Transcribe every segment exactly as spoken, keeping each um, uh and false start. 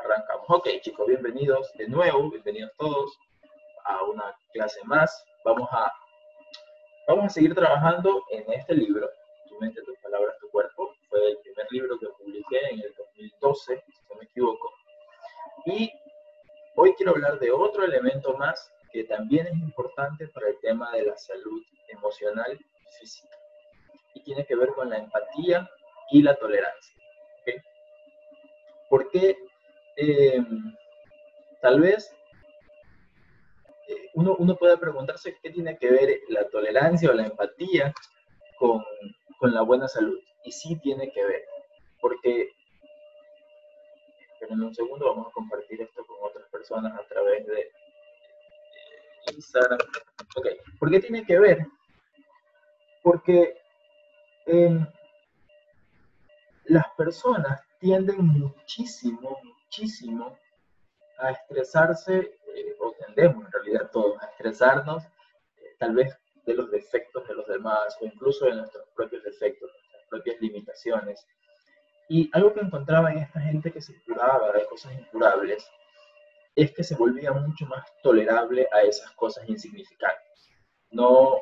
Arrancamos. Ok, chicos, bienvenidos de nuevo, bienvenidos todos a una clase más. Vamos a, vamos a seguir trabajando en este libro, Tu mente, tus palabras, tu cuerpo. Fue el primer libro que publiqué en el dos mil doce, si no me equivoco. Y hoy quiero hablar de otro elemento más que también es importante para el tema de la salud emocional y física. Y tiene que ver con la empatía y la tolerancia. ¿Okay? Porque eh, tal vez eh, uno, uno puede preguntarse qué tiene que ver la tolerancia o la empatía con, con la buena salud. Y sí tiene que ver, porque, esperen un segundo, vamos a compartir esto con otras personas a través de eh, Instagram. Ok, ¿por qué tiene que ver? Porque eh, las personas tienden muchísimo, muchísimo a estresarse, eh, o tendemos en realidad todos a estresarnos, eh, tal vez de los defectos de los demás, o incluso de nuestros propios defectos, nuestras propias limitaciones. Y algo que encontraba en esta gente que se curaba de cosas incurables, es que se volvía mucho más tolerable a esas cosas insignificantes. No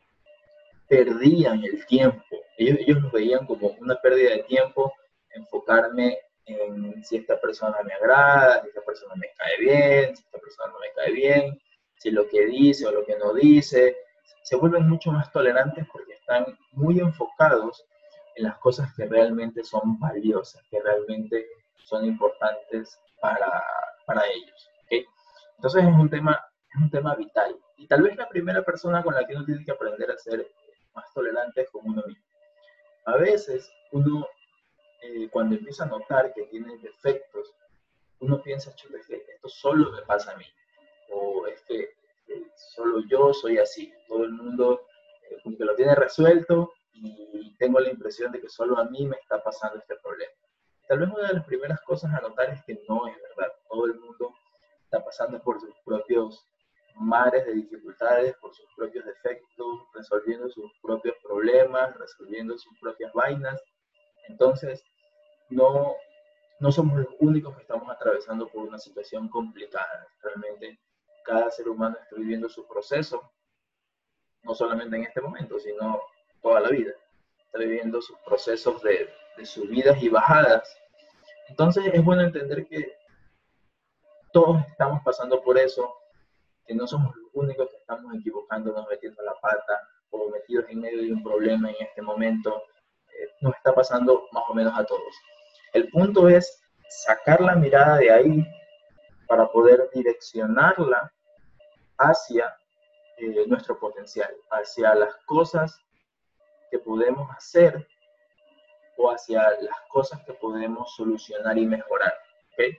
perdían el tiempo. Ellos, ellos lo veían como una pérdida de tiempo, enfocarme en si esta persona me agrada, si esta persona me cae bien, si esta persona no me cae bien, si lo que dice o lo que no dice. Se vuelven mucho más tolerantes porque están muy enfocados en las cosas que realmente son valiosas, que realmente son importantes para, para ellos. ¿Okay? Entonces es un, tema, es un tema vital. Y tal vez la primera persona con la que uno tiene que aprender a ser más tolerante es con uno mismo. A veces uno, eh, cuando empieza a notar que tiene defectos, uno piensa, chuta, que esto solo me pasa a mí, o es que eh, solo yo soy así, todo el mundo eh, como que lo tiene resuelto y tengo la impresión de que solo a mí me está pasando este problema. Tal vez una de las primeras cosas a notar es que no es verdad, todo el mundo está pasando por sus propios mares de dificultades, por sus propios defectos, resolviendo sus propios problemas, resolviendo sus propias vainas. Entonces, no, no somos los únicos que estamos atravesando por una situación complicada. Realmente, cada ser humano está viviendo su proceso, no solamente en este momento, sino toda la vida. Está viviendo sus procesos de, de subidas y bajadas. Entonces, es bueno entender que todos estamos pasando por eso, que no somos los únicos que estamos equivocándonos, metiendo la pata o metidos en medio de un problema en este momento. Eh, nos está pasando más o menos a todos. El punto es sacar la mirada de ahí para poder direccionarla hacia eh, nuestro potencial, hacia las cosas que podemos hacer o hacia las cosas que podemos solucionar y mejorar. ¿Okay?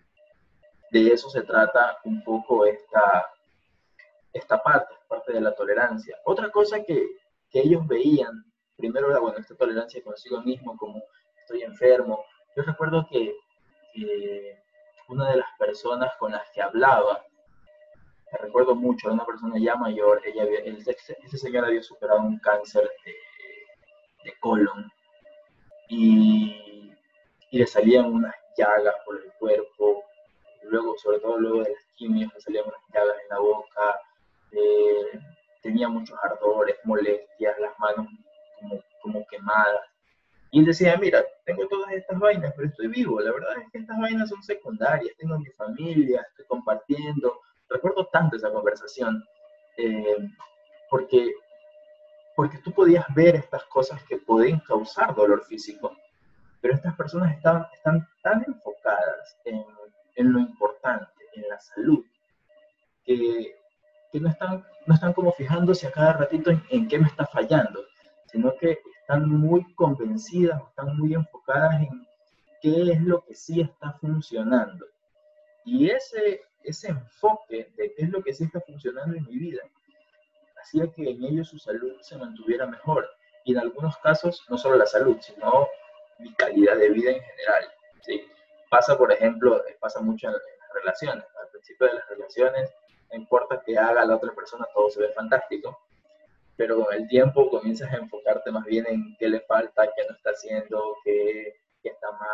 De eso se trata un poco esta, esta parte, parte de la tolerancia. Otra cosa que, que ellos veían, primero era, bueno, esta tolerancia consigo mismo, como estoy enfermo. Yo recuerdo que, que una de las personas con las que hablaba, me recuerdo mucho, era una persona ya mayor, ella había, ese, ese señor había superado un cáncer de, de colon y, y le salían unas llagas por el cuerpo, luego, sobre todo luego de las quimios, le salían unas llagas en la boca, eh, tenía muchos ardores, molestias, las manos como, como quemadas. Y él decía, mira, tengo todas estas vainas, pero estoy vivo. La verdad es que estas vainas son secundarias, tengo a mi familia, estoy compartiendo. Recuerdo tanto esa conversación, eh, porque, porque tú podías ver estas cosas que pueden causar dolor físico, pero estas personas están, están tan enfocadas en, en lo importante, en la salud, que, que no, están, no están como fijándose a cada ratito en, en qué me está fallando, sino que están muy convencidas, están muy enfocadas en qué es lo que sí está funcionando. Y ese, ese enfoque de qué es lo que sí está funcionando en mi vida, hacía que en ellos su salud se mantuviera mejor. Y en algunos casos, no solo la salud, sino mi calidad de vida en general. ¿Sí? Pasa, por ejemplo, pasa mucho en, en las relaciones. Al principio de las relaciones, no importa qué haga la otra persona, todo se ve fantástico. Pero con el tiempo comienzas a enfocarte más bien en qué le falta, qué no está haciendo, qué, qué está mal.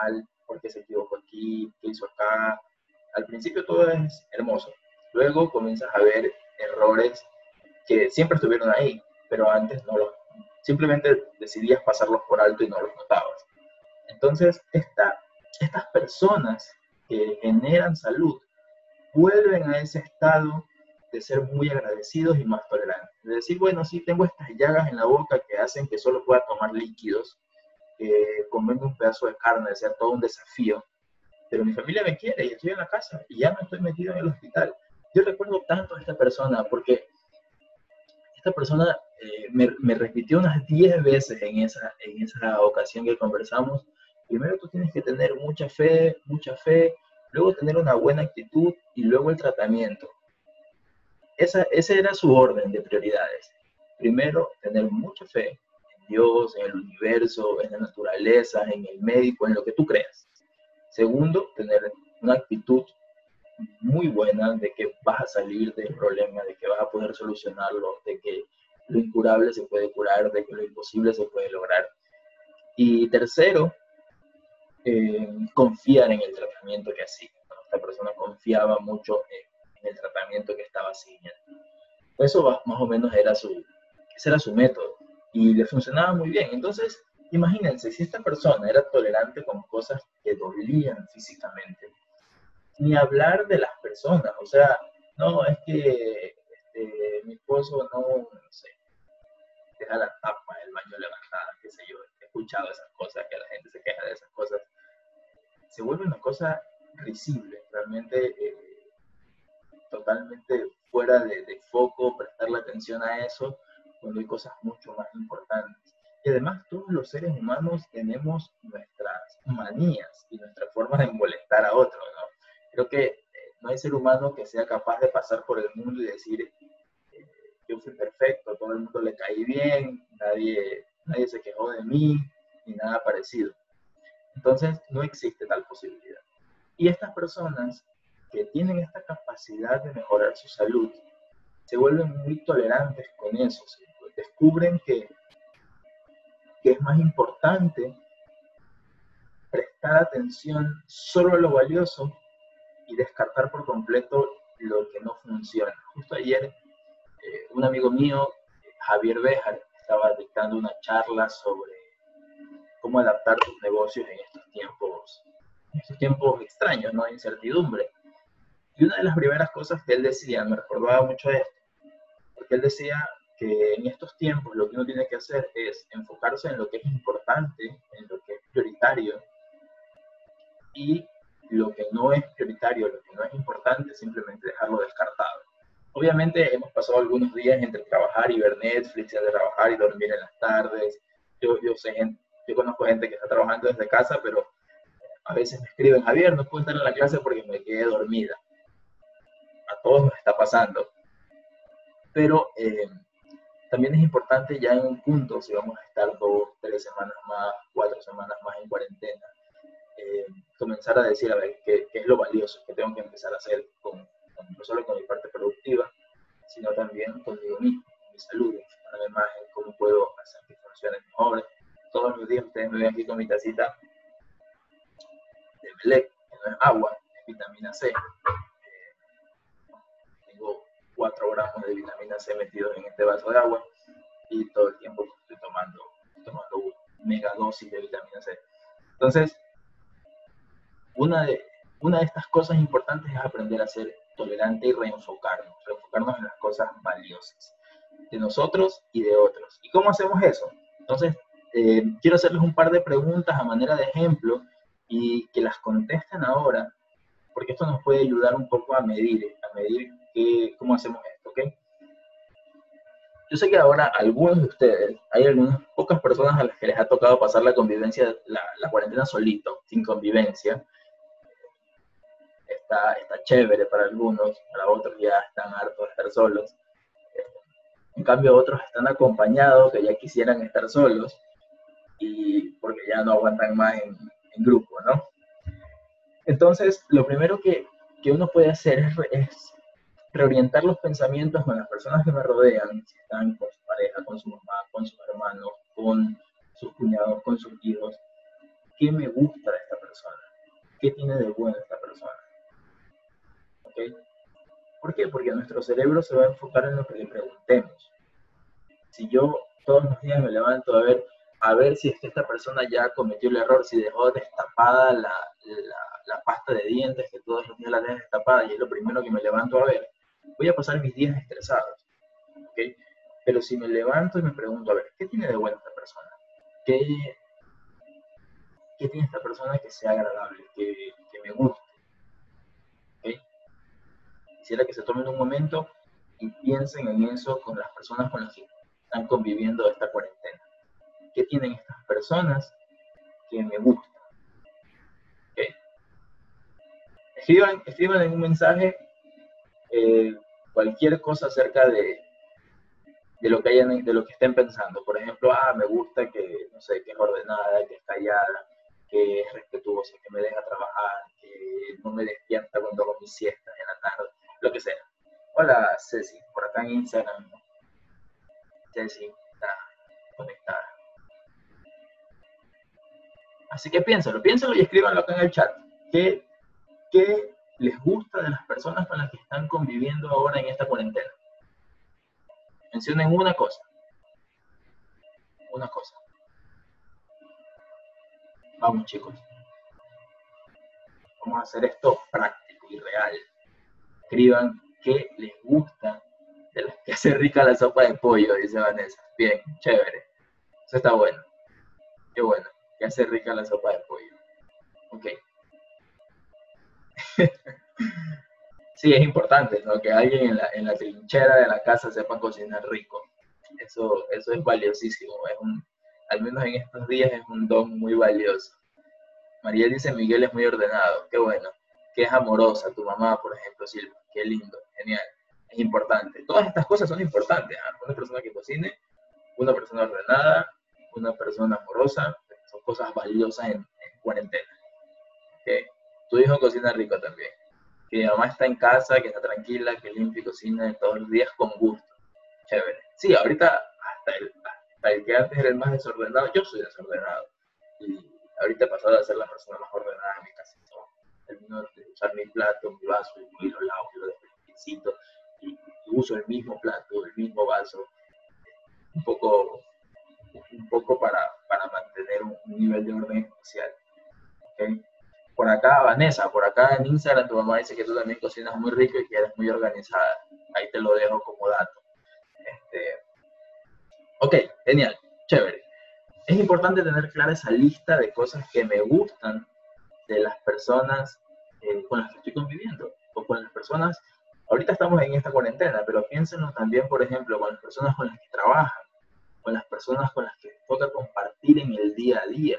por qué se equivocó aquí, qué hizo acá. Al principio todo es hermoso. Luego comienzas a ver errores que siempre estuvieron ahí, pero antes no los, simplemente decidías pasarlos por alto y no los notabas. Entonces, esta, estas personas que generan salud vuelven a ese estado de ser muy agradecidos y más tolerantes. De decir, bueno, sí, tengo estas llagas en la boca que hacen que solo pueda tomar líquidos, que comerme un pedazo de carne, de ser todo un desafío, pero mi familia me quiere y estoy en la casa y ya no estoy metido en el hospital. Yo recuerdo tanto a esta persona porque esta persona eh, me, me repitió unas diez veces en esa, en esa ocasión que conversamos. Primero tú tienes que tener mucha fe, mucha fe, luego tener una buena actitud y luego el tratamiento. Esa, ese era su orden de prioridades. Primero, tener mucha fe en Dios, en el universo, en la naturaleza, en el médico, en lo que tú creas. Segundo, tener una actitud muy buena de que vas a salir del problema, de que vas a poder solucionarlo, de que lo incurable se puede curar, de que lo imposible se puede lograr. Y tercero, eh, confiar en el tratamiento que hacía. Esta persona confiaba mucho en, en el tratamiento que estaba siguiendo. Eso va, más o menos era su, ese era su método y le funcionaba muy bien. Entonces, imagínense, si esta persona era tolerante con cosas que dolían físicamente, ni hablar de las personas, o sea, no, es que este, mi esposo no, no sé, deja la tapa del baño levantada, qué sé yo, he escuchado esas cosas, que la gente se queja de esas cosas, se vuelve una cosa risible, realmente eh, totalmente fuera de, de foco prestarle atención a eso, cuando hay cosas mucho más importantes. Y además todos los seres humanos tenemos nuestras manías y nuestra forma de molestar a otros, ¿no? Creo que eh, no hay ser humano que sea capaz de pasar por el mundo y decir, eh, yo fui perfecto, a todo el mundo le caí bien, nadie, nadie se quejó de mí, ni nada parecido. Entonces, no existe tal posibilidad. Y estas personas que tienen esta capacidad de mejorar su salud, se vuelven muy tolerantes con eso, ¿sí? Descubren que, que es más importante prestar atención solo a lo valioso y descartar por completo lo que no funciona. Justo ayer, eh, un amigo mío, Javier Béjar, estaba dictando una charla sobre cómo adaptar tus negocios en estos tiempos, en estos tiempos extraños, ¿no? De incertidumbre. Y una de las primeras cosas que él decía, me recordaba mucho esto, porque él decía que en estos tiempos lo que uno tiene que hacer es enfocarse en lo que es importante, en lo que es prioritario, y lo que no es prioritario, lo que no es importante, simplemente dejarlo descartado. Obviamente hemos pasado algunos días entre trabajar y ver Netflix, entre trabajar y dormir en las tardes. Yo, yo, sé, yo conozco gente que está trabajando desde casa, pero a veces me escriben, Javier, no puedo estar en la clase porque me quedé dormida. A todos nos está pasando. Pero eh, también es importante ya en un punto, si vamos a estar dos, tres semanas más, cuatro semanas más en cuarentena, eh, comenzar a decir, a ver, ¿qué, qué es lo valioso que tengo que empezar a hacer, con, con, no solo con mi parte productiva, sino también conmigo mismo, con mi salud, enfocarme más en cómo puedo hacer que funcione mejor. Todos los días ustedes me ven aquí con mi tacita de Belec, que no es agua, es vitamina C. Eh, tengo cuatro gramos de vitamina C metidos en este vaso de agua y todo el tiempo estoy tomando, tomando una mega dosis de vitamina C. Entonces, una de, una de estas cosas importantes es aprender a ser tolerante y reenfocarnos, reenfocarnos en las cosas valiosas de nosotros y de otros. ¿Y cómo hacemos eso? Entonces, eh, quiero hacerles un par de preguntas a manera de ejemplo y que las contesten ahora, porque esto nos puede ayudar un poco a medir, a medir qué, cómo hacemos esto, ¿ok? Yo sé que ahora algunos de ustedes, hay algunas pocas personas a las que les ha tocado pasar la convivencia, la, la cuarentena solito, sin convivencia. Está, está chévere para algunos, para otros ya están hartos de estar solos. En cambio, otros están acompañados, que ya quisieran estar solos, y porque ya no aguantan más en, en grupo, ¿no? Entonces, lo primero que, que uno puede hacer es, es reorientar los pensamientos con las personas que me rodean, si están con su pareja, con su mamá, con sus hermanos, con sus cuñados, con sus hijos. ¿Qué me gusta de esta persona? ¿qué tiene de bueno esta persona? ¿Ok? ¿Por qué? Porque nuestro cerebro se va a enfocar en lo que le preguntemos. Si yo todos los días me levanto a ver, a ver si es que esta persona ya cometió el error, si dejó destapada la, la, la pasta de dientes, que todos los días la dejan destapada y es lo primero que me levanto a ver, voy a pasar mis días estresados. ¿Okay? Pero si me levanto y me pregunto, a ver, ¿qué tiene de bueno esta persona? ¿Qué, qué tiene esta persona que sea agradable, que, que me guste? ¿Okay? Quisiera que se tomen un momento y piensen en eso con las personas con las que están conviviendo esta cuarentena. ¿Qué tienen estas personas que me gustan? ¿Okay? Escriban, escriban en un mensaje eh, cualquier cosa acerca de, de lo que hayan, de lo que estén pensando. Por ejemplo, ah, me gusta que, no sé, que es ordenada, que es callada, que es respetuosa, que me deja trabajar, que no me despierta cuando hago mis siestas en la tarde, lo que sea. Hola, Ceci, por acá en Instagram. Ceci está conectada. Así que piénsalo, piénsalo y escríbanlo acá en el chat. ¿Qué, qué les gusta de las personas con las que están conviviendo ahora en esta cuarentena? Mencionen una cosa. Una cosa. Vamos, chicos. Vamos a hacer esto práctico y real. Escriban qué les gusta de las que hace rica la sopa de pollo, dice Vanessa. Bien, chévere. Eso está bueno. Qué bueno. Que hace rica la sopa de pollo. Ok. Sí, es importante, ¿no? Que alguien en la, en la trinchera de la casa sepa cocinar rico. Eso, eso es valiosísimo. Es un, al menos en estos días es un don muy valioso. María dice, Miguel es muy ordenado. Qué bueno. Que es amorosa. Tu mamá, por ejemplo, Silva. Qué lindo. Genial. Es importante. Todas estas cosas son importantes. ¿eh? Una persona que cocine, una persona ordenada, una persona amorosa, son cosas valiosas en, en cuarentena. ¿Okay? Tu hijo cocina rico también. Que mi mamá está en casa, que está tranquila, que limpia y cocina todos los días con gusto. Chévere. Sí, ahorita hasta el, hasta el que antes era el más desordenado, yo soy desordenado. Y ahorita he pasado a ser la persona más ordenada en mi casa. Termino de usar mi plato, mi vaso, y lo lavo, y lo dejo y, y uso el mismo plato, el mismo vaso, un poco, un poco para, para mantener un, un nivel de orden especial. ¿Okay? Por acá, Vanessa, por acá en Instagram tu mamá dice que tú también cocinas muy rico y que eres muy organizada. Ahí te lo dejo como dato. Este, ok, genial, chévere. Es importante tener clara esa lista de cosas que me gustan de las personas eh, con las que estoy conviviendo o con las personas. Ahorita estamos en esta cuarentena, pero piénsenlo también, por ejemplo, con las personas con las que trabajan, con las personas con las que toca compartir en el día a día,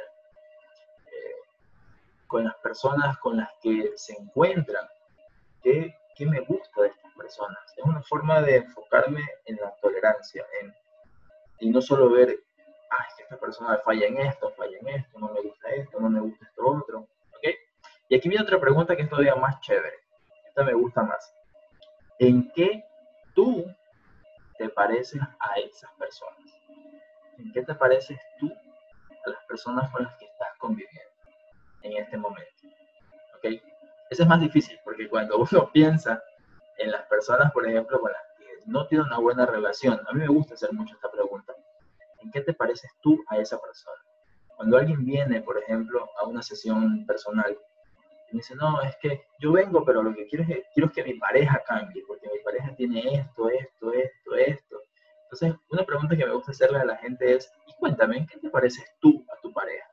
eh, con las personas con las que se encuentran. ¿Qué, ¿Qué me gusta de estas personas? Es una forma de enfocarme en la tolerancia, en, y no solo ver, ah, es que esta persona falla en esto, falla en esto, no me gusta esto, no me gusta esto otro. ¿Okay? Y aquí viene otra pregunta que es todavía más chévere. Esta me gusta más. ¿En qué tú te pareces a esas personas? ¿En qué te pareces tú a las personas con las que estás conviviendo en este momento? ¿Okay? Eso es más difícil porque cuando uno piensa en las personas, por ejemplo, con las que no tiene una buena relación, a mí me gusta hacer mucho esta pregunta. ¿En qué te pareces tú a esa persona? Cuando alguien viene, por ejemplo, a una sesión personal y me dice, no, es que yo vengo, pero lo que quiero es, quiero es que mi pareja cambie, porque mi pareja tiene esto, esto, esto, esto. Entonces, una pregunta que me gusta hacerle a la gente es, y cuéntame, ¿en qué te pareces tú a tu pareja?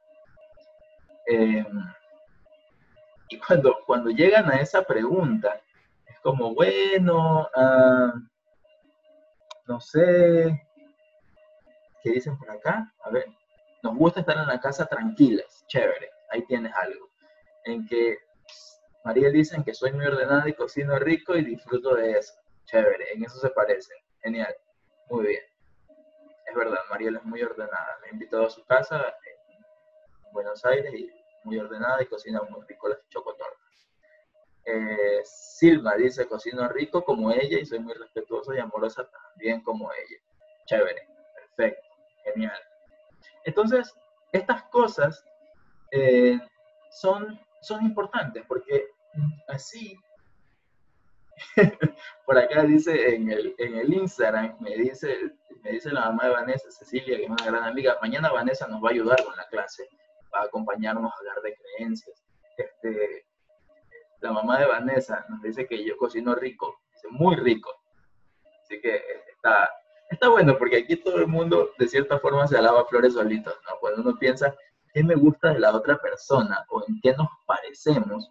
Eh, y cuando, cuando llegan a esa pregunta, es como, bueno, uh, no sé, ¿qué dicen por acá? A ver, nos gusta estar en la casa tranquilas, chévere, ahí tienes algo. En que María dice que soy muy ordenada y cocino rico y disfruto de eso, chévere, en eso se parecen, genial, muy bien. Es verdad, Mariela es muy ordenada, me ha invitado a su casa en Buenos Aires y muy ordenada y cocina muy rico las chocotortas. Eh, Silma dice, cocino rico como ella y soy muy respetuosa y amorosa también como ella. Chévere, perfecto, genial. Entonces, estas cosas eh, son, son importantes porque así, por acá dice en el, en el Instagram, me dice, me dice la mamá de Vanessa, Cecilia, que es una gran amiga, mañana Vanessa nos va a ayudar con la clase, va a acompañarnos a hablar de creencias. Este, la mamá de Vanessa nos dice que yo cocino rico, dice muy rico, así que está, está bueno porque aquí todo el mundo de cierta forma se alaba flores solitos, ¿no? Cuando uno piensa qué me gusta de la otra persona o en qué nos parecemos,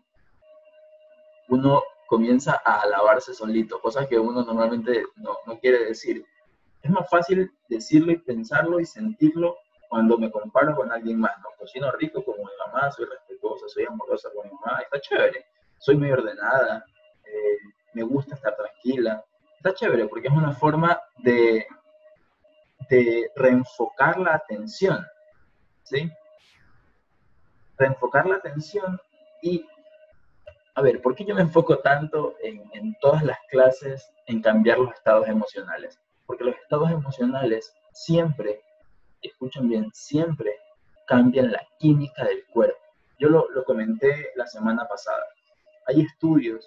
uno comienza a alabarse solito, cosas que uno normalmente no, no quiere decir. Es más fácil decirlo y pensarlo y sentirlo cuando me comparo con alguien más, ¿no? Cocino rico como mi mamá, soy respetuosa, soy amorosa con mi mamá, está chévere, soy muy ordenada, eh, me gusta estar tranquila, está chévere porque es una forma de, de reenfocar la atención, ¿sí? Reenfocar la atención y, a ver, ¿por qué yo me enfoco tanto en, en todas las clases en cambiar los estados emocionales? Porque los estados emocionales siempre, escuchen bien, siempre cambian la química del cuerpo. Yo lo, lo comenté la semana pasada. Hay estudios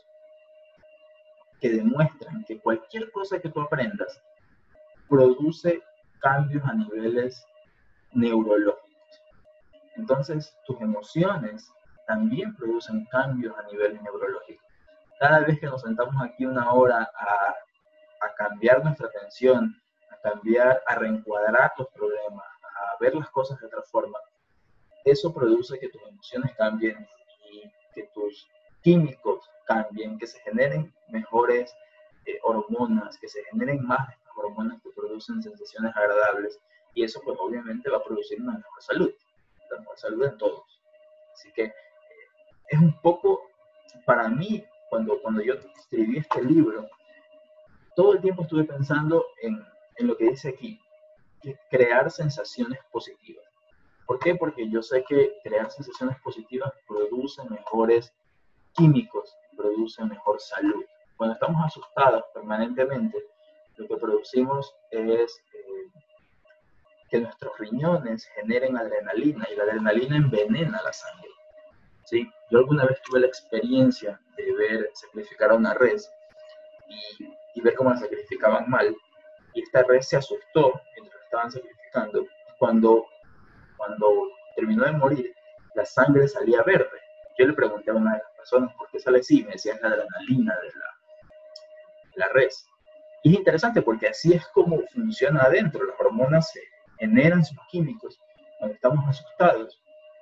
que demuestran que cualquier cosa que tú aprendas produce cambios a niveles neurológicos. Entonces, tus emociones también producen cambios a niveles neurológicos. Cada vez que nos sentamos aquí una hora a, a cambiar nuestra atención, a cambiar, a reencuadrar los problemas, a ver las cosas de otra forma, eso produce que tus emociones cambien y que tus químicos cambien, que se generen mejores eh, hormonas, que se generen más de estas hormonas que producen sensaciones agradables, y eso pues obviamente va a producir una mejor salud, una mejor salud en todos. Así que eh, es un poco, para mí, cuando, cuando yo escribí este libro, todo el tiempo estuve pensando en, en lo que dice aquí, que crear sensaciones positivas. ¿Por qué? Porque yo sé que crear sensaciones positivas produce mejores químicos, produce mejor salud. Cuando estamos asustados permanentemente, lo que producimos es eh, que nuestros riñones generen adrenalina y la adrenalina envenena la sangre. ¿Sí? Yo alguna vez tuve la experiencia de ver sacrificar a una res y, y ver cómo la sacrificaban mal, y esta res se asustó mientras la estaban sacrificando. Cuando, cuando terminó de morir, la sangre salía verde. Yo le pregunté a una de las personas por qué sale así, me decía es la adrenalina de la, de la res. Y es interesante porque así es como funciona adentro, las hormonas se generan sus químicos cuando estamos asustados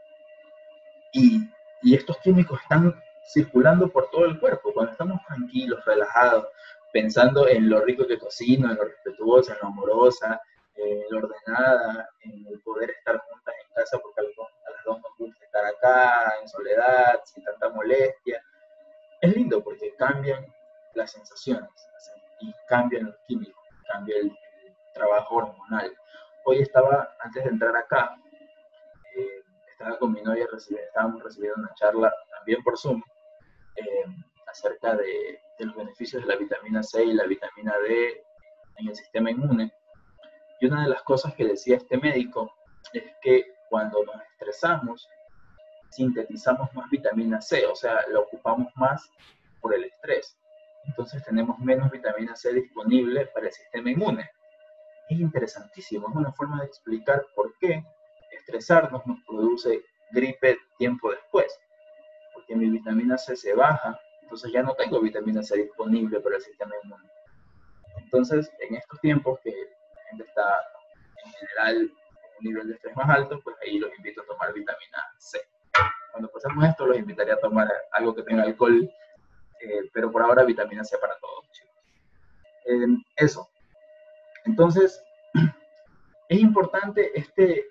y, y estos químicos están circulando por todo el cuerpo. Cuando estamos tranquilos, relajados, pensando en lo rico que cocino, en lo respetuosa, en lo amorosa, en lo ordenada, en el poder estar juntas en casa porque a las, dos, a las dos nos gusta estar acá, en soledad, sin tanta molestia. Es lindo porque cambian las sensaciones y cambian los químicos, cambia el, el trabajo hormonal. Hoy estaba, antes de entrar acá, eh, estaba con mi novia, estábamos recibiendo una charla también por Zoom eh, acerca de, de los beneficios de la vitamina C y la vitamina D en el sistema inmune. Y una de las cosas que decía este médico es que cuando nos estresamos, sintetizamos más vitamina C, o sea, la ocupamos más por el estrés. Entonces tenemos menos vitamina C disponible para el sistema inmune. Es interesantísimo, es una forma de explicar por qué estresarnos nos produce gripe tiempo después, porque mi vitamina C se baja, entonces ya no tengo vitamina C disponible para el sistema inmune. Entonces, en estos tiempos que la gente está en general en un nivel de estrés más alto, pues ahí los invito a tomar vitamina C. Cuando pasemos esto, los invitaría a tomar algo que tenga alcohol, eh, pero por ahora vitamina C para todos, chicos. Eh, eso. Entonces, es importante este,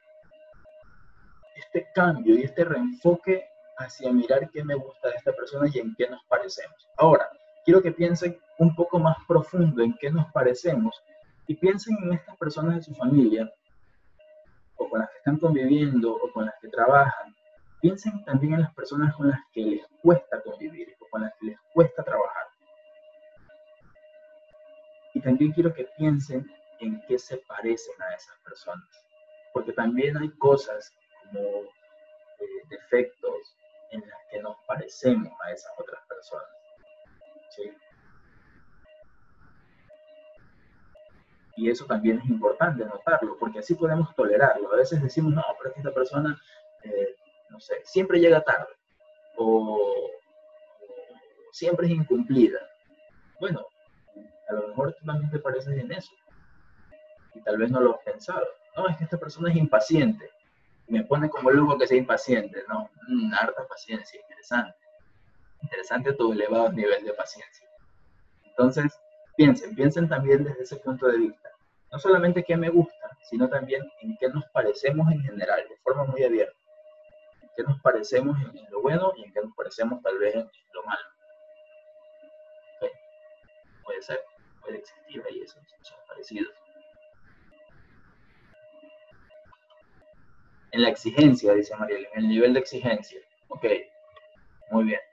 este cambio y este reenfoque hacia mirar qué me gusta de esta persona y en qué nos parecemos. Ahora, quiero que piensen un poco más profundo en qué nos parecemos y piensen en estas personas de su familia o con las que están conviviendo o con las que trabajan. Piensen también en las personas con las que les cuesta convivir o con las que les cuesta trabajar. Y también quiero que piensen en qué se parecen a esas personas. Porque también hay cosas como eh, defectos en las que nos parecemos a esas otras personas. ¿Sí? Y eso también es importante notarlo, porque así podemos tolerarlo. A veces decimos, no, pero es que esta persona, eh, no sé, siempre llega tarde, o, o siempre es incumplida. Bueno, a lo mejor tú también te pareces en eso, y tal vez no lo has pensado. No, es que esta persona es impaciente, y me pone como loco que sea impaciente, ¿no? Mm, harta paciencia, interesante. Interesante tu elevado nivel de paciencia. Entonces, piensen, piensen también desde ese punto de vista. No solamente qué me gusta, sino también en qué nos parecemos en general, de forma muy abierta. En qué nos parecemos en, en lo bueno y en qué nos parecemos tal vez en, en lo malo. ¿Okay? Puede ser, puede existir ahí esos, esos parecidos. En la exigencia, dice Mariel, en el nivel de exigencia. Ok, muy bien.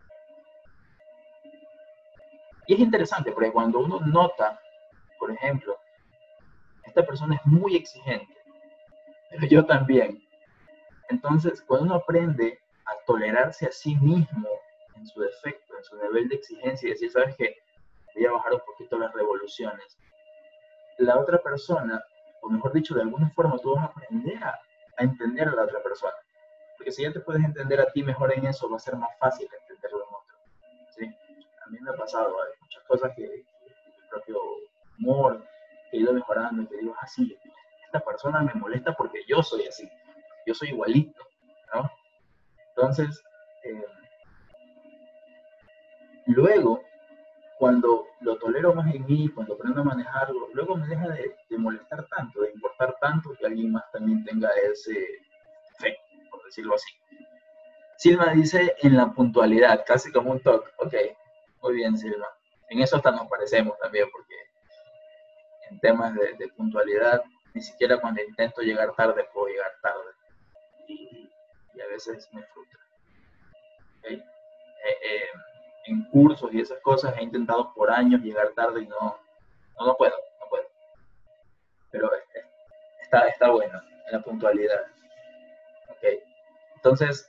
Y es interesante porque cuando uno nota, por ejemplo, esta persona es muy exigente, pero yo también. Entonces, cuando uno aprende a tolerarse a sí mismo en su defecto, en su nivel de exigencia y decir, ¿sabes qué? Voy a bajar un poquito las revoluciones. La otra persona, o mejor dicho, de alguna forma tú vas a aprender a, a entender a la otra persona. Porque si ya te puedes entender a ti mejor en eso, va a ser más fácil entenderlo en otro. ¿Sí? A mí me ha pasado, hay muchas cosas que, que mi propio humor, que he ido mejorando, y que digo, así, ah, esta persona me molesta porque yo soy así, yo soy igualito, ¿no? Entonces, eh, luego, cuando lo tolero más en mí, cuando aprendo a manejarlo, luego me deja de, de molestar tanto, de importar tanto que alguien más también tenga ese fe, por decirlo así. Silma dice en la puntualidad, casi como un toque. Ok, muy bien, Silma. En eso hasta nos parecemos también, porque en temas de, de puntualidad, ni siquiera cuando intento llegar tarde puedo llegar tarde. Y, y a veces me frustra. ¿Okay? Eh, eh, en cursos y esas cosas he intentado por años llegar tarde y no, no, no puedo, no puedo. Pero está, está bueno en la puntualidad. ¿Okay? Entonces,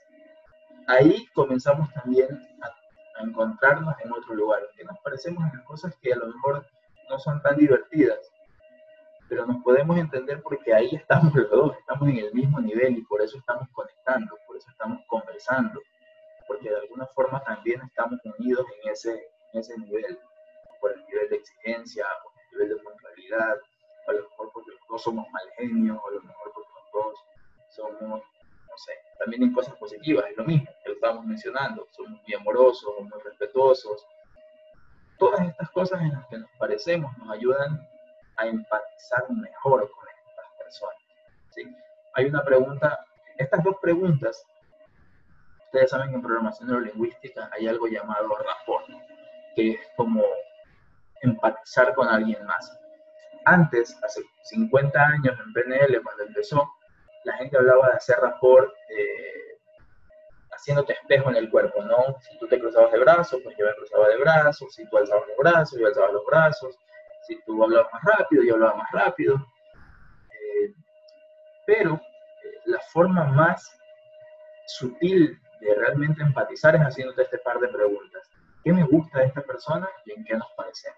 ahí comenzamos también a, a encontrarnos en otro lugar, que nos parecemos en las cosas que a lo mejor no son tan divertidas, pero nos podemos entender porque ahí estamos los dos, estamos en el mismo nivel y por eso estamos conectando, por eso estamos conversando, porque de alguna forma también estamos unidos en ese, en ese nivel, por el nivel de exigencia, por el nivel de puntualidad, o a lo mejor porque los dos somos mal genios, o a lo mejor porque los dos somos, no sé, también en cosas positivas, es lo mismo que lo estábamos mencionando, somos muy amorosos, muy respetuosos. Todas estas cosas en las que nos parecemos nos ayudan a empatizar mejor con estas personas. ¿Sí? Hay una pregunta, estas dos preguntas, ustedes saben que en programación neurolingüística hay algo llamado rapport, que es como empatizar con alguien más. Antes, hace cincuenta años en P N L, cuando empezó, la gente hablaba de hacer rapport eh, haciéndote espejo en el cuerpo, ¿no? Si tú te cruzabas de brazos, pues yo me cruzaba de brazos, si tú alzabas los brazos, yo alzaba los brazos, si tú hablabas más rápido, yo hablaba más rápido. Eh, pero eh, la forma más sutil de realmente empatizar es haciéndote este par de preguntas. ¿Qué me gusta de esta persona y en qué nos parecemos?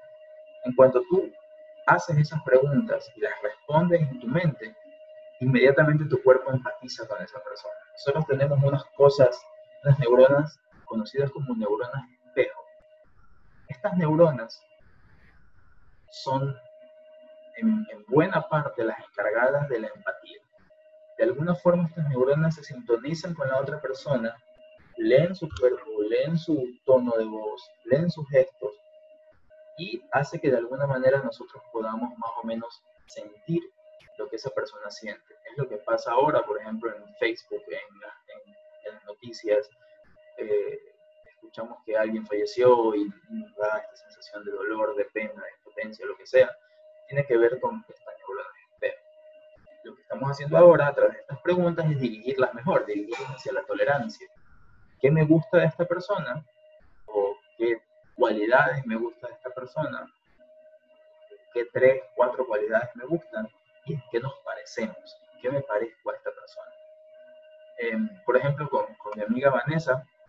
En cuanto tú haces esas preguntas y las respondes en tu mente, inmediatamente tu cuerpo empatiza con esa persona. Nosotros tenemos unas cosas, unas neuronas conocidas como neuronas espejo. Estas neuronas son en, en buena parte las encargadas de la empatía. De alguna forma estas neuronas se sintonizan con la otra persona, leen su cuerpo, leen su tono de voz, leen sus gestos y hace que de alguna manera nosotros podamos más o menos sentir lo que esa persona siente. Es lo que pasa ahora, por ejemplo, en Facebook, en, la, en, en las noticias, eh, escuchamos que alguien falleció y nos da esta sensación de dolor, de pena, de impotencia, lo que sea. Tiene que ver con estas neuronas espejo. Lo que estamos haciendo ahora a través de estas preguntas es dirigirlas mejor, dirigirlas hacia la tolerancia. ¿Qué me gusta de esta persona? ¿O qué cualidades me gusta de esta persona? ¿Qué tres, cuatro cualidades me gustan? ¿Y en qué nos parecemos? ¿Qué me parezco a esta persona? Eh, por ejemplo, con, con mi amiga Vanessa,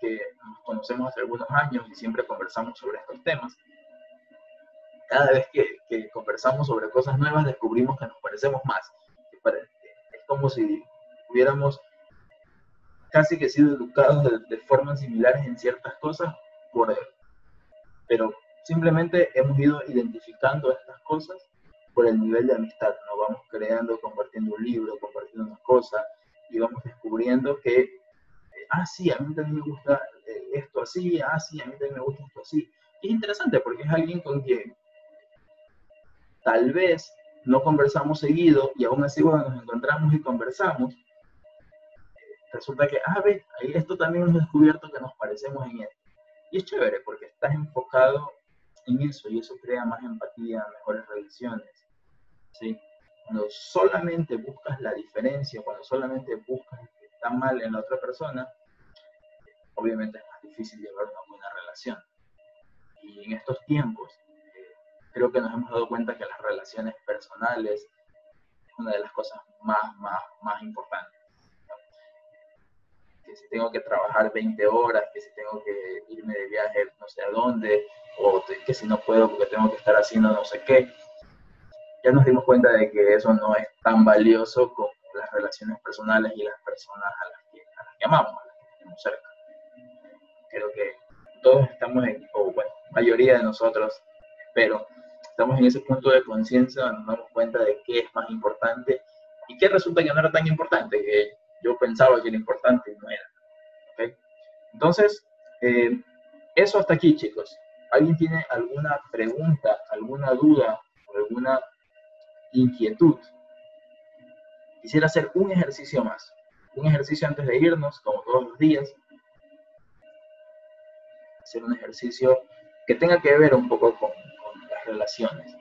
que nos conocemos hace algunos años y siempre conversamos sobre estos temas, cada vez que, que conversamos sobre cosas nuevas descubrimos que nos parecemos más. Es como si hubiéramos casi que sido educados de, de formas similares en ciertas cosas, por, pero simplemente hemos ido identificando estas cosas por el nivel de amistad. Nos vamos creando, compartiendo un libro, compartiendo unas cosas, y vamos descubriendo que, eh, ah, sí, a mí también me gusta eh, esto así, ah, sí, a mí también me gusta esto así. Y es interesante porque es alguien con quien tal vez no conversamos seguido, y aún así cuando nos encontramos y conversamos, resulta que, ah, ve, esto también hemos descubierto que nos parecemos en esto. Y es chévere porque estás enfocado en eso y eso crea más empatía, mejores relaciones, ¿sí? Cuando solamente buscas la diferencia, cuando solamente buscas lo que está mal en la otra persona, obviamente es más difícil llevar una buena relación. Y en estos tiempos, eh, creo que nos hemos dado cuenta que las relaciones personales es una de las cosas más, más, más importantes. Que si tengo que trabajar veinte horas, que si tengo que irme de viaje no sé a dónde, o que si no puedo porque tengo que estar haciendo no sé qué, ya nos dimos cuenta de que eso no es tan valioso como las relaciones personales y las personas a las que, a las que amamos, a las que tenemos cerca. Creo que todos estamos en, o bueno, mayoría de nosotros, espero, estamos en ese punto de conciencia donde nos damos cuenta de qué es más importante y qué resulta que no era tan importante, que yo pensaba que era importante y no era. ¿Okay? Entonces, eh, eso hasta aquí, chicos. ¿Alguien tiene alguna pregunta, alguna duda o alguna inquietud? Quisiera hacer un ejercicio más. Un ejercicio antes de irnos, como todos los días. Hacer un ejercicio que tenga que ver un poco con, con las relaciones.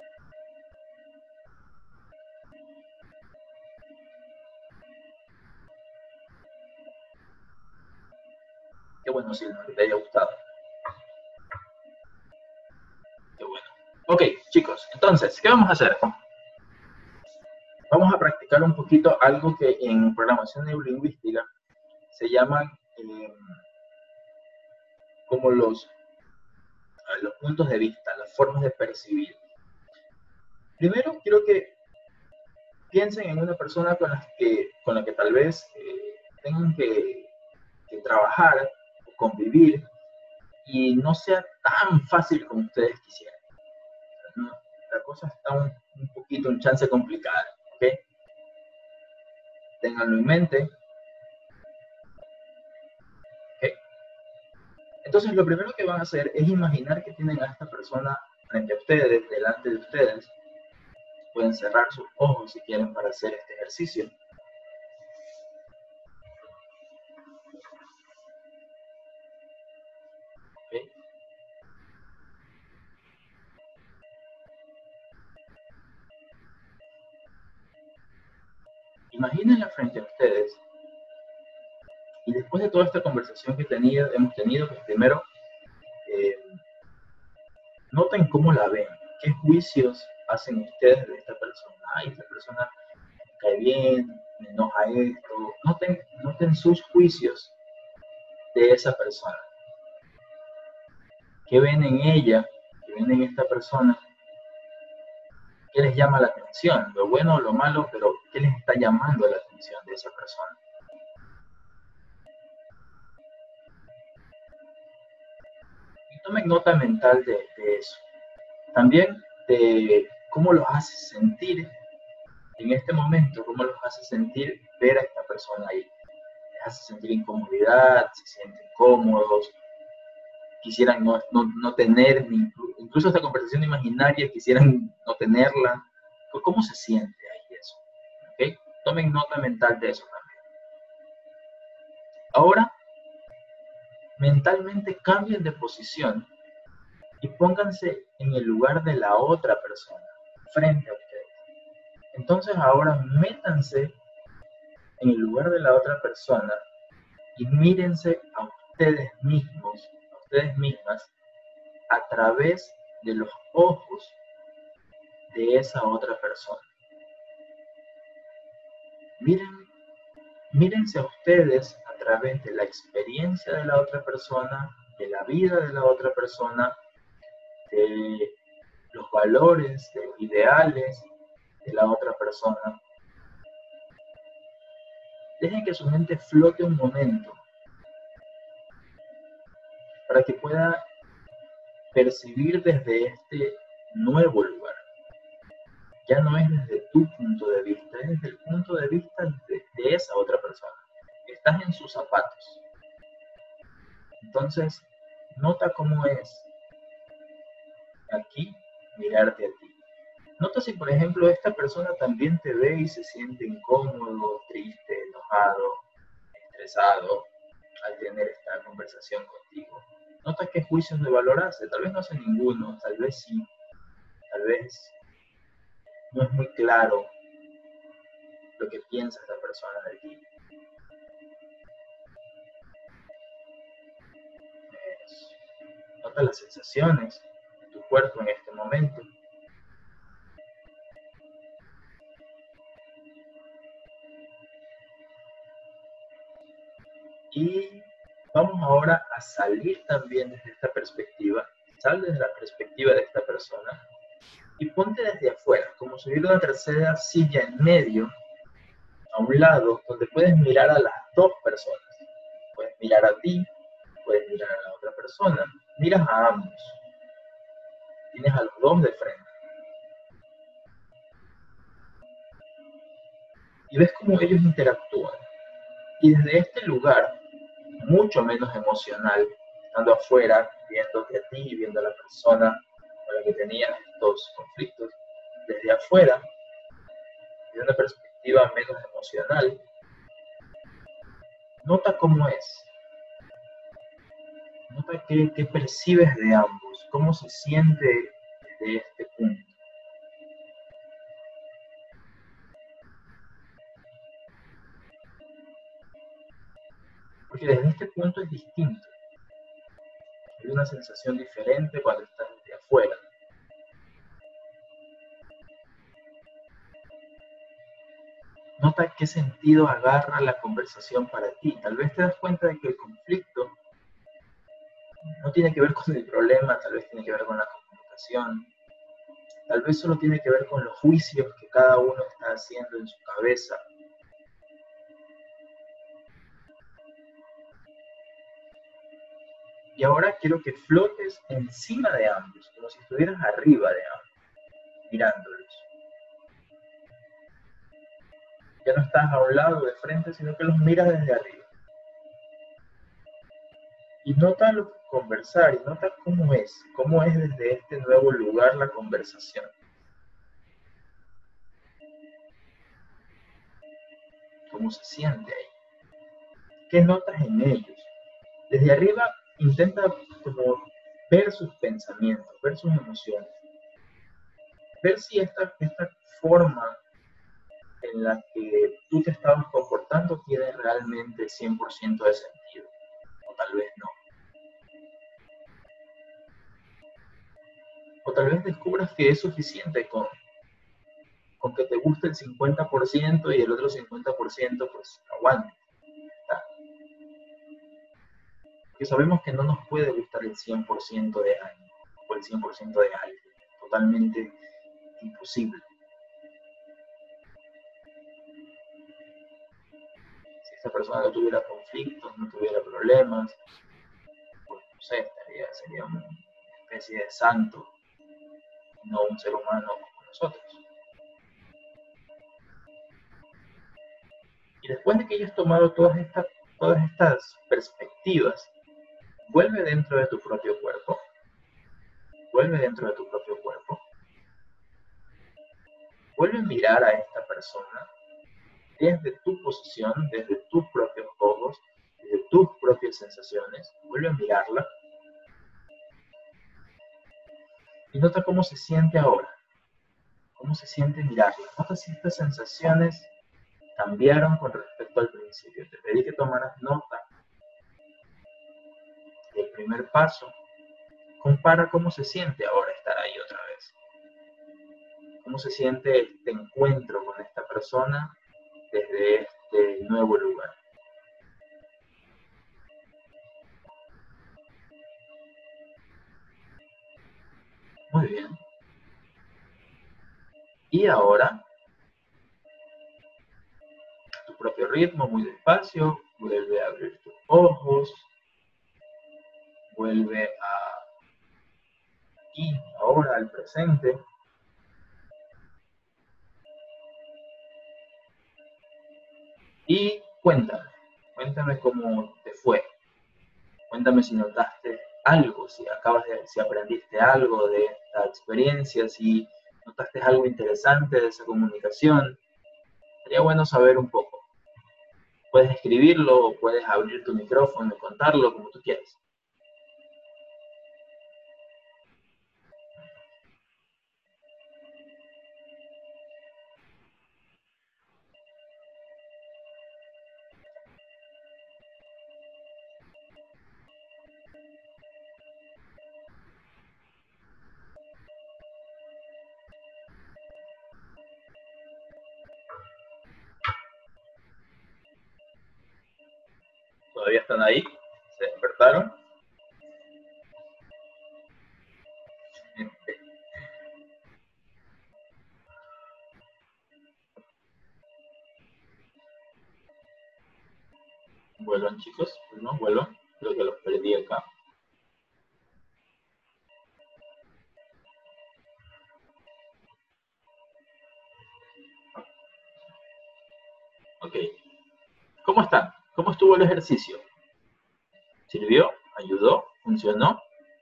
Qué bueno, Silvia, que te haya gustado. Qué bueno. Ok, chicos, entonces, ¿qué vamos a hacer? Vamos a practicar un poquito algo que en programación neurolingüística se llaman eh, como los, los puntos de vista, las formas de percibir. Primero, quiero que piensen en una persona con la que, con la que tal vez eh, tengan que, que trabajar o convivir y no sea tan fácil como ustedes quisieran. ¿No? La cosa está un, un poquito, un chance complicada, ¿ok? Ténganlo en mente. ¿Okay? Entonces, lo primero que van a hacer es imaginar que tienen a esta persona frente a ustedes, delante de ustedes. Pueden cerrar sus ojos si quieren para hacer este ejercicio. ¿Okay? Imagínenla frente a ustedes. Y después de toda esta conversación que tenido, hemos tenido, pues primero, eh, noten cómo la ven, qué juicios hacen ustedes de esta persona. Ay, esta persona me cae bien, me enoja esto. Noten, noten sus juicios de esa persona. ¿Qué ven en ella? ¿Qué ven en esta persona? ¿Qué les llama la atención? Lo bueno o lo malo, pero ¿qué les está llamando la atención de esa persona? Y tomen nota mental de, de eso. También de cómo los hace sentir en este momento, cómo los hace sentir ver a esta persona ahí. Les hace sentir incomodidad, se sienten cómodos, quisieran no, no, no tener, incluso esta conversación imaginaria, quisieran no tenerla. ¿Cómo se siente ahí eso? ¿Okay? Tomen nota mental de eso también. Ahora, mentalmente cambien de posición y pónganse en el lugar de la otra persona, frente a ustedes. Entonces ahora métanse en el lugar de la otra persona y mírense a ustedes mismos, a ustedes mismas, a través de los ojos de esa otra persona. Miren, mírense a ustedes a través de la experiencia de la otra persona, de la vida de la otra persona, de los valores, de los ideales de la otra persona. Dejen que su mente flote un momento para que pueda percibir desde este nuevo lugar. Ya no es desde tu punto de vista, es desde el punto de vista de, de esa otra persona. Estás en sus zapatos. Entonces, nota cómo es aquí mirarte a ti. Nota si, por ejemplo, esta persona también te ve y se siente incómodo, triste, enojado, estresado al tener esta conversación contigo. Nota qué juicios de valor hace. Tal vez no hace ninguno, tal vez sí, tal vez no es muy claro lo que piensa esta persona de ti. Es, nota las sensaciones de tu cuerpo en este momento. Y vamos ahora a salir también desde esta perspectiva. Sal desde la perspectiva de esta persona y ponte desde afuera, como subir una tercera silla en medio, a un lado, donde puedes mirar a las dos personas. Puedes mirar a ti, puedes mirar a la otra persona. Miras a ambos. Tienes a los dos de frente. Y ves cómo ellos interactúan. Y desde este lugar, mucho menos emocional, estando afuera, viéndote a ti, viendo a la persona con la que tenías estos conflictos, desde afuera, desde una perspectiva menos emocional, nota cómo es. Nota qué, qué percibes de ambos, cómo se siente desde este punto. Porque desde este punto es distinto. Hay una sensación diferente cuando estás desde afuera. Nota qué sentido agarra la conversación para ti. Tal vez te das cuenta de que el conflicto no tiene que ver con el problema, tal vez tiene que ver con la comunicación. Tal vez solo tiene que ver con los juicios que cada uno está haciendo en su cabeza. Y ahora quiero que flotes encima de ambos, como si estuvieras arriba de ambos, mirándolos. Ya no estás a un lado, de frente, sino que los miras desde arriba. Y nota lo que conversar, y nota cómo es, cómo es desde este nuevo lugar la conversación. Cómo se siente ahí. ¿Qué notas en ellos? Desde arriba intenta como ver sus pensamientos, ver sus emociones. Ver si esta, esta forma en la que tú te estabas comportando tiene realmente cien por ciento de sentido, o tal vez no. O tal vez descubras que es suficiente con, con que te guste el cincuenta por ciento y el otro cincuenta por ciento pues aguante. Está. Porque sabemos que no nos puede gustar el cien por ciento de alguien, o el cien por ciento de alguien. Totalmente imposible. Si esa persona no tuviera conflictos, no tuviera problemas, pues no sé, estaría, sería una especie de santo, no un ser humano como nosotros. Y después de que hayas tomado todas estas, todas estas perspectivas, vuelve dentro de tu propio cuerpo, vuelve dentro de tu propio cuerpo, vuelve a mirar a esta persona desde tu posición, desde tus propios ojos, desde tus propias sensaciones, vuelve a mirarla y nota cómo se siente ahora, cómo se siente mirarla. Nota si estas sensaciones cambiaron con respecto al principio. Te pedí que tomaras nota del primer paso. Compara cómo se siente ahora estar ahí otra vez. Cómo se siente este encuentro con esta persona desde este nuevo lugar. Muy bien. Y ahora, a tu propio ritmo, muy despacio, vuelve a abrir tus ojos, vuelve a aquí, ahora, al presente. Y cuéntame, cuéntame cómo te fue. Cuéntame si notaste algo, si acabas de, si aprendiste algo de esta experiencia, si notaste algo interesante de esa comunicación. Sería bueno saber un poco. Puedes escribirlo, o puedes abrir tu micrófono y contarlo como tú quieras. ¿Todavía están ahí? ¿Se despertaron? Vuelvan, chicos, no, vuelvan. Creo que los perdí acá. Ok. ¿Cómo están? ¿Cómo estuvo el ejercicio? ¿Sirvió? ¿Ayudó? ¿Funcionó?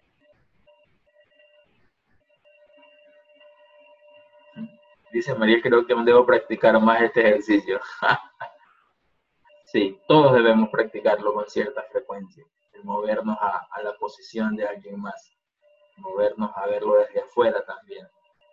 Dice María, creo que debo practicar más este ejercicio. Sí, todos debemos practicarlo con cierta frecuencia. El movernos a, a la posición de alguien más. Movernos a verlo desde afuera también.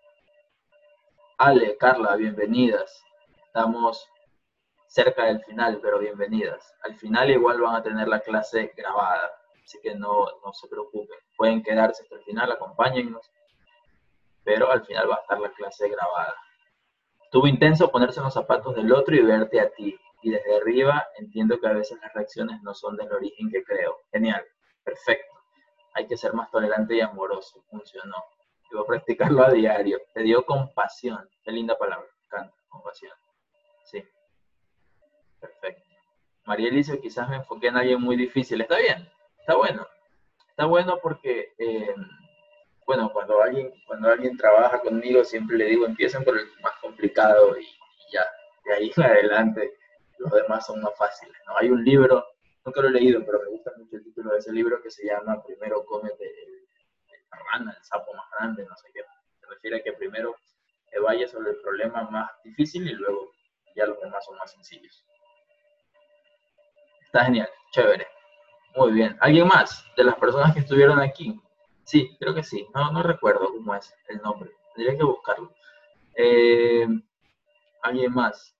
Ale, Carla, bienvenidas. Estamos cerca del final, pero bienvenidas. Al final igual van a tener la clase grabada, así que no, no se preocupen. Pueden quedarse hasta el final, acompáñennos, pero al final va a estar la clase grabada. Estuvo intenso ponerse en los zapatos del otro y verte a ti. Y desde arriba entiendo que a veces las reacciones no son del origen que creo. Genial, perfecto. Hay que ser más tolerante y amoroso. Funcionó. Y voy a practicarlo a diario. Te dio compasión. Qué linda palabra. Canta, compasión. Sí, perfecto. María Elisa, quizás me enfoqué en alguien muy difícil. Está bien, está bueno. Está bueno porque, eh, bueno, cuando alguien, cuando alguien trabaja conmigo, siempre le digo, empiecen por el más complicado y, y ya, de ahí en adelante los demás son más fáciles, ¿no? Hay un libro, nunca lo he leído, pero me gusta mucho el título de ese libro que se llama Primero cómete el, la rana, el sapo más grande, no sé qué. Se refiere a que primero te vayas sobre el problema más difícil y luego ya los demás son más sencillos. Está genial, chévere. Muy bien. ¿Alguien más de las personas que estuvieron aquí? Sí, creo que sí. No, no recuerdo cómo es el nombre. Tendría que buscarlo. Eh, ¿Alguien más?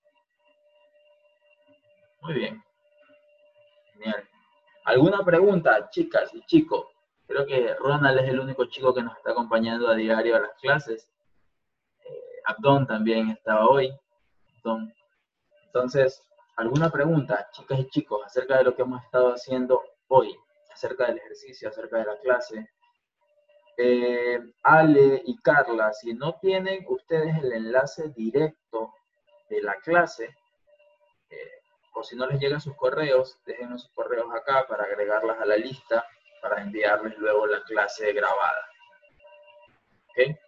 Muy bien. Genial. ¿Alguna pregunta, chicas y chicos? Creo que Ronald es el único chico que nos está acompañando a diario a las clases. Eh, Abdón también estaba hoy. Abdón. Entonces, ¿alguna pregunta, chicas y chicos, acerca de lo que hemos estado haciendo hoy? Acerca del ejercicio, acerca de la clase. Eh, Ale y Carla, si no tienen ustedes el enlace directo de la clase, eh, o si no les llegan sus correos, déjenme sus correos acá para agregarlas a la lista, para enviarles luego la clase grabada. ¿Ok?